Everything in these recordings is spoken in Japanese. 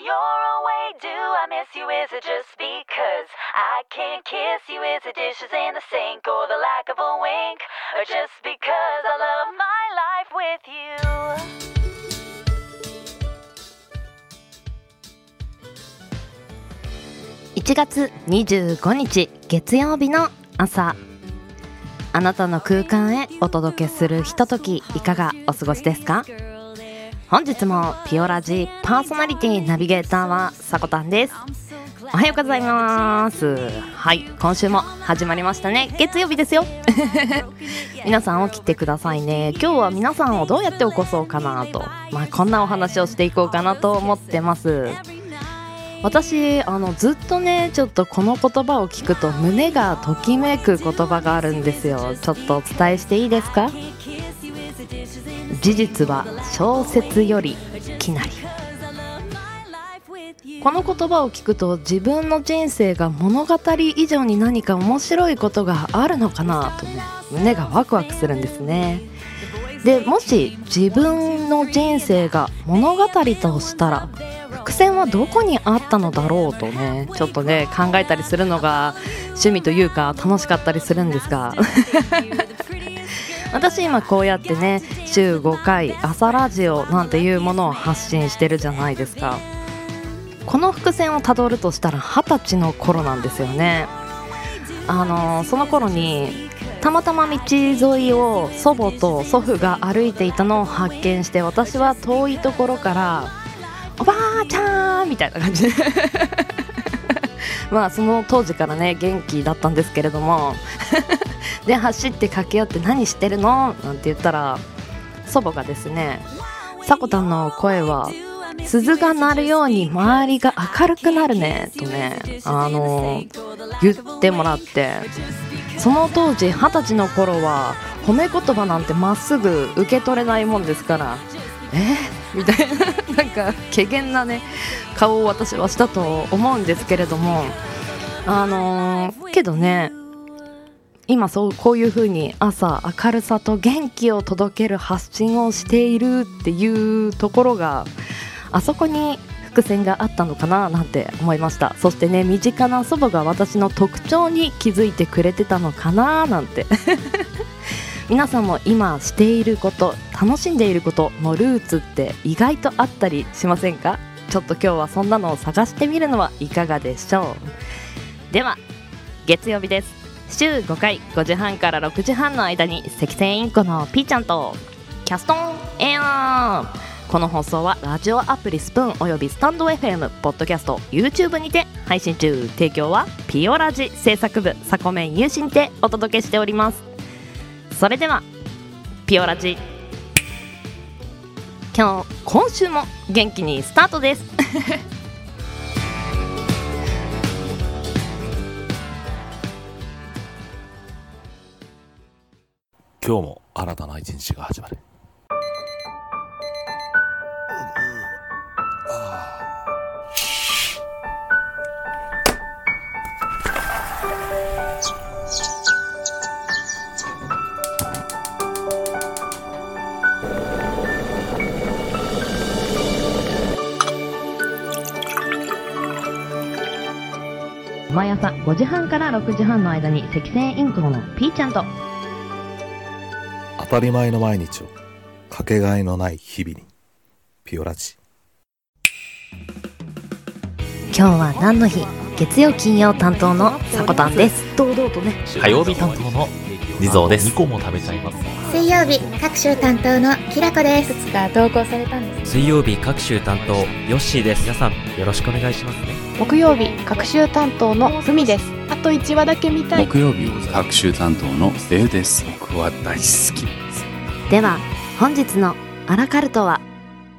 you're away, do I miss you? Is it just because I can't kiss you? Is it dishes in the sink or the lack of a wink? Or just because I love my life with you? 1月25日月曜日の朝、あなたの空間へお届けするひととき、いかがお過ごしですか？本日もピオラジパーソナリティナビゲーターはさこたんです。おはようございます。はい、今週も始まりましたね。月曜日ですよ皆さん起きてくださいね。今日は皆さんをどうやって起こそうかなと、こんなお話をしていこうかなと思ってます。私ずっとね、ちょっとこの言葉を聞くと胸がときめく言葉があるんですよ。ちょっとお伝えしていいですか？事実は小説よりきなり。この言葉を聞くと自分の人生が物語以上に何か面白いことがあるのかなとね、胸がワクワクするんですね。で、もし自分の人生が物語としたら伏線はどこにあったのだろうとね、ちょっとね考えたりするのが趣味というか楽しかったりするんですが私今こうやってね週5回朝ラジオなんていうものを発信してるじゃないですか。この伏線をたどるとしたら20歳の頃なんですよね。その頃にたまたま道沿いを祖母と祖父が歩いていたのを発見して、私は遠いところからおばあちゃんみたいな感じでその当時からね元気だったんですけれどもで走って駆け寄って何してるのなんて言ったら、祖母がですね、さこたんの声は鈴が鳴るように周りが明るくなるねとね言ってもらって、その当時20歳の頃は褒め言葉なんてまっすぐ受け取れないもんですから、みたいななんか怪げなね顔を私はしたと思うんですけれども、けどね今こういう風に朝明るさと元気を届ける発信をしているっていうところが、あそこに伏線があったのかななんて思いました。そしてね、身近な祖母が私の特徴に気づいてくれてたのかななんて皆さんも今していること、楽しんでいることのルーツって意外とあったりしませんか？ちょっと今日はそんなのを探してみるのはいかがでしょう。では月曜日です。週5回5時半から6時半の間に赤線インコのピーちゃんとキャストンエアー。この放送はラジオアプリスプーンおよびスタンド FM、ポッドキャスト、YouTube にて配信中。提供はピオラジ制作部サコメン有心でお届けしております。それではピオラジ今週も元気にスタートです今日も新たな一日が始まる。 毎朝5時半から6時半の間に赤線インコのピーちゃんと当たり前の毎日をかけがえのない日々に。ピオラジ。 今日は何の日？月曜金曜担当のさこたんです。堂々とね。 火曜日担当の地蔵です。2個も食べちゃいます。 水曜日各週担当のきらこです。 2日投稿されたんです。 水曜日各週担当ヨッシーです。皆さんよろしくお願いしますね。 木曜日各週担当のふみです。あと1話だけ見たい。 木曜日各週担当のレイです。僕は大好きです。 では本日のアラカルトは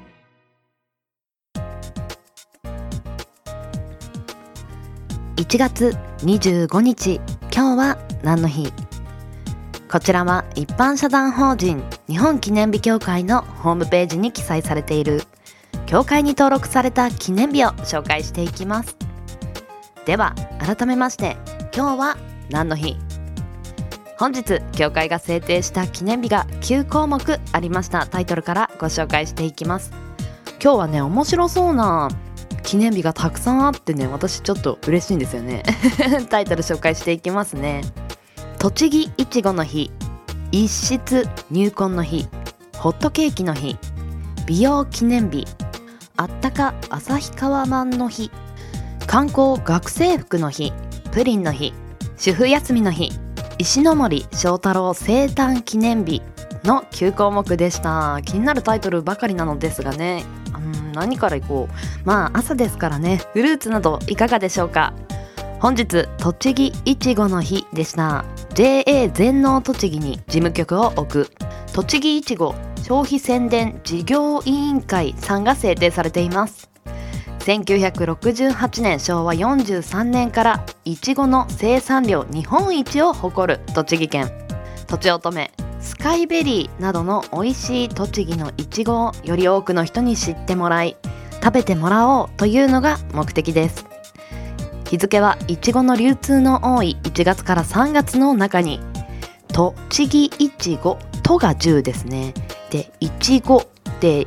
1月25日、今日は何の日？こちらは一般社団法人日本記念日協会のホームページに記載されている協会に登録された記念日を紹介していきます。では改めまして今日は何の日？本日協会が制定した記念日が9項目ありました。タイトルからご紹介していきます。今日はね面白そうな記念日がたくさんあってね、私ちょっと嬉しいんですよねタイトル紹介していきますね。栃木いちごの日、一室入魂の日、ホットケーキの日、美容記念日、あったか旭川まんの日、観光学生服の日、プリンの日、主婦休みの日、石ノ森章太郎生誕記念日の9項目でした。気になるタイトルばかりなのですがね、何からいこう。まあ朝ですからね、フルーツなどいかがでしょうか。本日栃木いちごの日でした。 JA 全農栃木に事務局を置く栃木いちご消費宣伝事業委員会さんが制定されています。1968年昭和43年からいちごの生産量日本一を誇る栃木県。とちおとめ、スカイベリーなどの美味しい栃木のいちごをより多くの人に知ってもらい食べてもらおうというのが目的です。日付はいちごの流通の多い1月から3月の中に、栃木いちごとが10ですね。でいちごで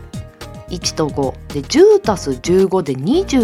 1と5で10たす15で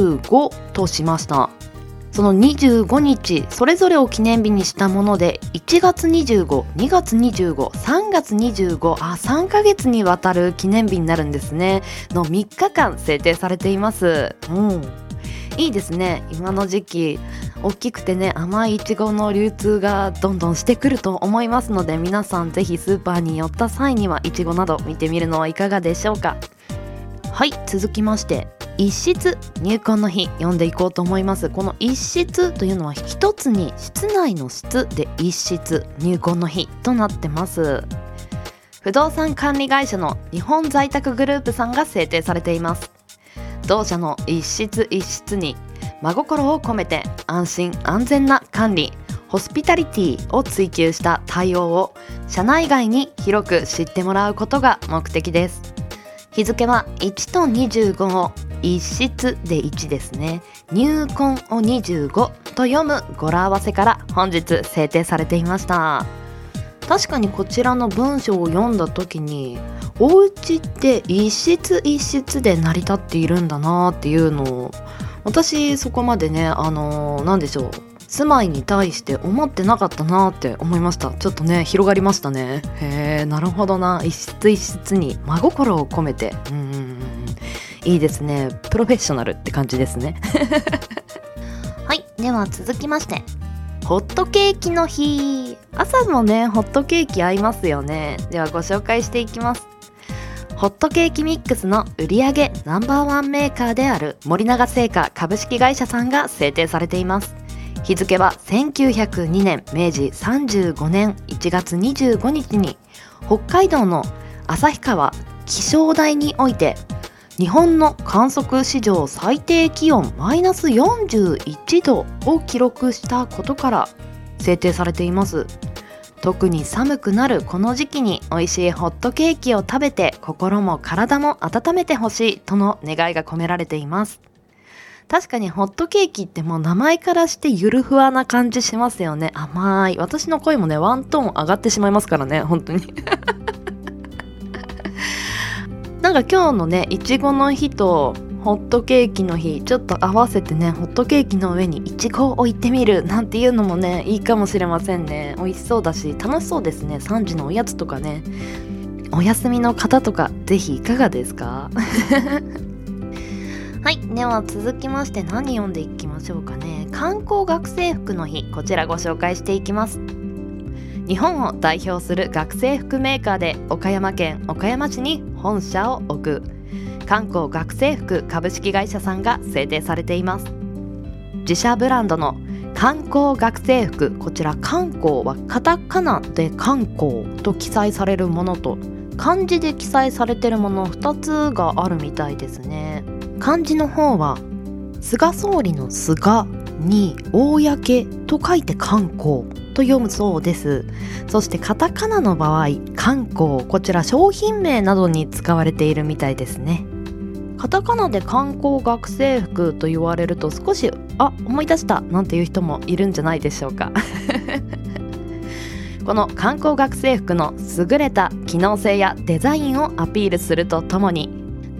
25としました。その25日それぞれを記念日にしたもので、1月25、2月25、3月25、3ヶ月にわたる記念日になるんですねの3日間制定されています。いいですね。今の時期大きくてね、甘いいちごの流通がどんどんしてくると思いますので、皆さんぜひスーパーに寄った際にはいちごなど見てみるのはいかがでしょうか。はい、続きまして一室入魂の日読んでいこうと思います。この一室というのは一つに室内の室で一室入魂の日となってます。不動産管理会社の日本在宅グループさんが制定されています。同社の一室一室に真心を込めて安心安全な管理、ホスピタリティを追求した対応を社内外に広く知ってもらうことが目的です。日付は1と25を一室で1ですね、入魂を25と読む語呂合わせから本日制定されていました。確かにこちらの文章を読んだ時に、お家って一室一室で成り立っているんだなっていうのを、私そこまでね、なんでしょう、住まいに対して思ってなかったなって思いました。ちょっとね広がりましたね。へー、なるほどな。一室一室に真心を込めて、いいですね。プロフェッショナルって感じですねはい、では続きまして、ホットケーキの日。朝もねホットケーキ合いますよね。ではご紹介していきます。ホットケーキミックスの売上No.1メーカーである森永製菓株式会社さんが制定されています。日付は1902年明治35年1月25日に北海道の旭川気象台において日本の観測史上最低気温マイナス41度を記録したことから制定されています。特に寒くなるこの時期に美味しいホットケーキを食べて心も体も温めてほしいとの願いが込められています。確かにホットケーキってもう名前からしてゆるふわな感じしますよね。甘い。私の声もねワントーン上がってしまいますからね、本当になんか今日のねいちごの日とホットケーキの日ちょっと合わせてね、ホットケーキの上にいちごを置いてみるなんていうのもねいいかもしれませんね。美味しそうだし楽しそうですね。3時のおやつとかね、お休みの方とかぜひいかがですかはい、では続きまして何読んでいきましょうかね。観光学生服の日、こちらご紹介していきます。日本を代表する学生服メーカーで岡山県岡山市に本社を置く観光学生服株式会社さんが制定されています。自社ブランドの観光学生服、こちら観光はカタカナで観光と記載されるものと漢字で記載されているもの2つがあるみたいですね。漢字の方は菅総理の菅に公と書いて観光と読むそうです。そしてカタカナの場合観光、こちら商品名などに使われているみたいですね。カタカナで観光学生服と言われると少し思い出したなんていう人もいるんじゃないでしょうかこの観光学生服の優れた機能性やデザインをアピールするとともに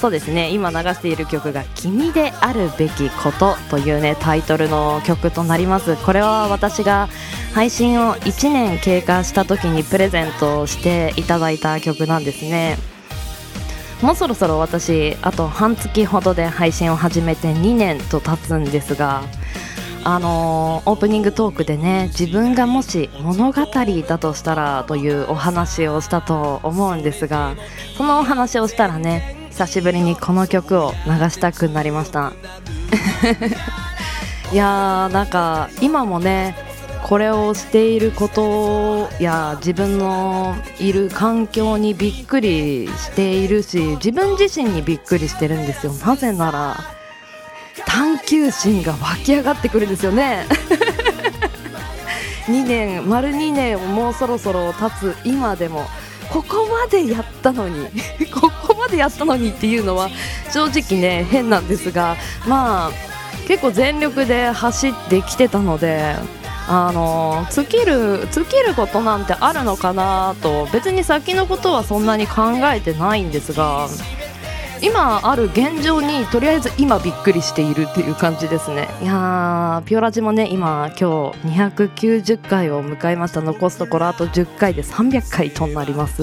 そうですね、今流している曲が君であるべきことというねタイトルの曲となります。これは私が配信を1年経過した時にプレゼントしていただいた曲なんですね。もうそろそろ私あと半月ほどで配信を始めて2年と経つんですが、オープニングトークでね、自分がもし物語だとしたらというお話をしたと思うんですが、そのお話をしたらね、久しぶりにこの曲を流したくなりましたいやー、なんか今もねこれをしていることや自分のいる環境にびっくりしているし、自分自身にびっくりしてるんですよ。なぜなら探求心が湧き上がってくるんですよね丸2年をもうそろそろ経つ今でもここまでやったのにここまでやったのにっていうのは正直ね変なんですが、まあ結構全力で走ってきてたので、尽きることなんてあるのかなと、別に先のことはそんなに考えてないんですが、今ある現状にとりあえず今びっくりしているっていう感じですね。いやー、ピオラジもね今日290回を迎えました。残すところあと10回で300回となります。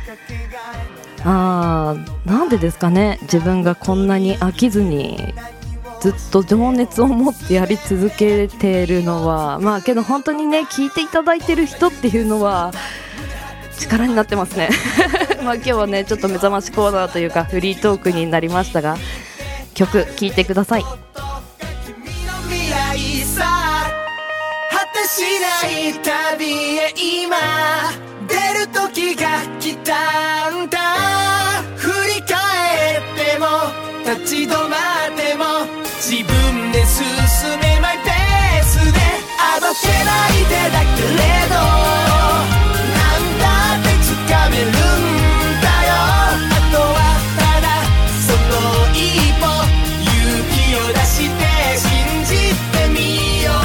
なんでですかね、自分がこんなに飽きずにずっと情熱を持ってやり続けているのは、まあけど本当にね聞いていただいてる人っていうのは力になってますねまあ今日はねちょっと目覚ましコーナーというかフリートークになりましたが、曲聴いてください。 君の未来さ、果てしない旅へ今出る時が来たんだ。振り返っても立ち止まっても自分で進めマイペースであどけない手だけれどなんだって掴めるんだよ。あとはただその一歩勇気を出して信じてみよ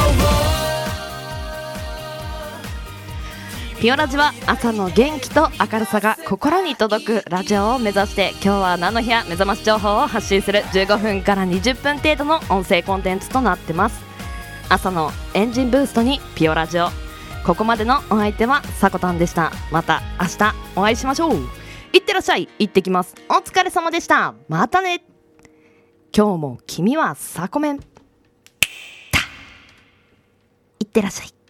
う。ピオラジは朝の元気と明るさが心に届くラジオを目指して、今日は何の日や目覚まし情報を発信する15分から20分程度の音声コンテンツとなってます。朝のエンジンブーストにピオラジオ。ここまでのお相手はさこたんでした。また明日お会いしましょう。いってらっしゃい。行ってきます。お疲れ様でした。またね。今日も君はさこめん。いってらっしゃい。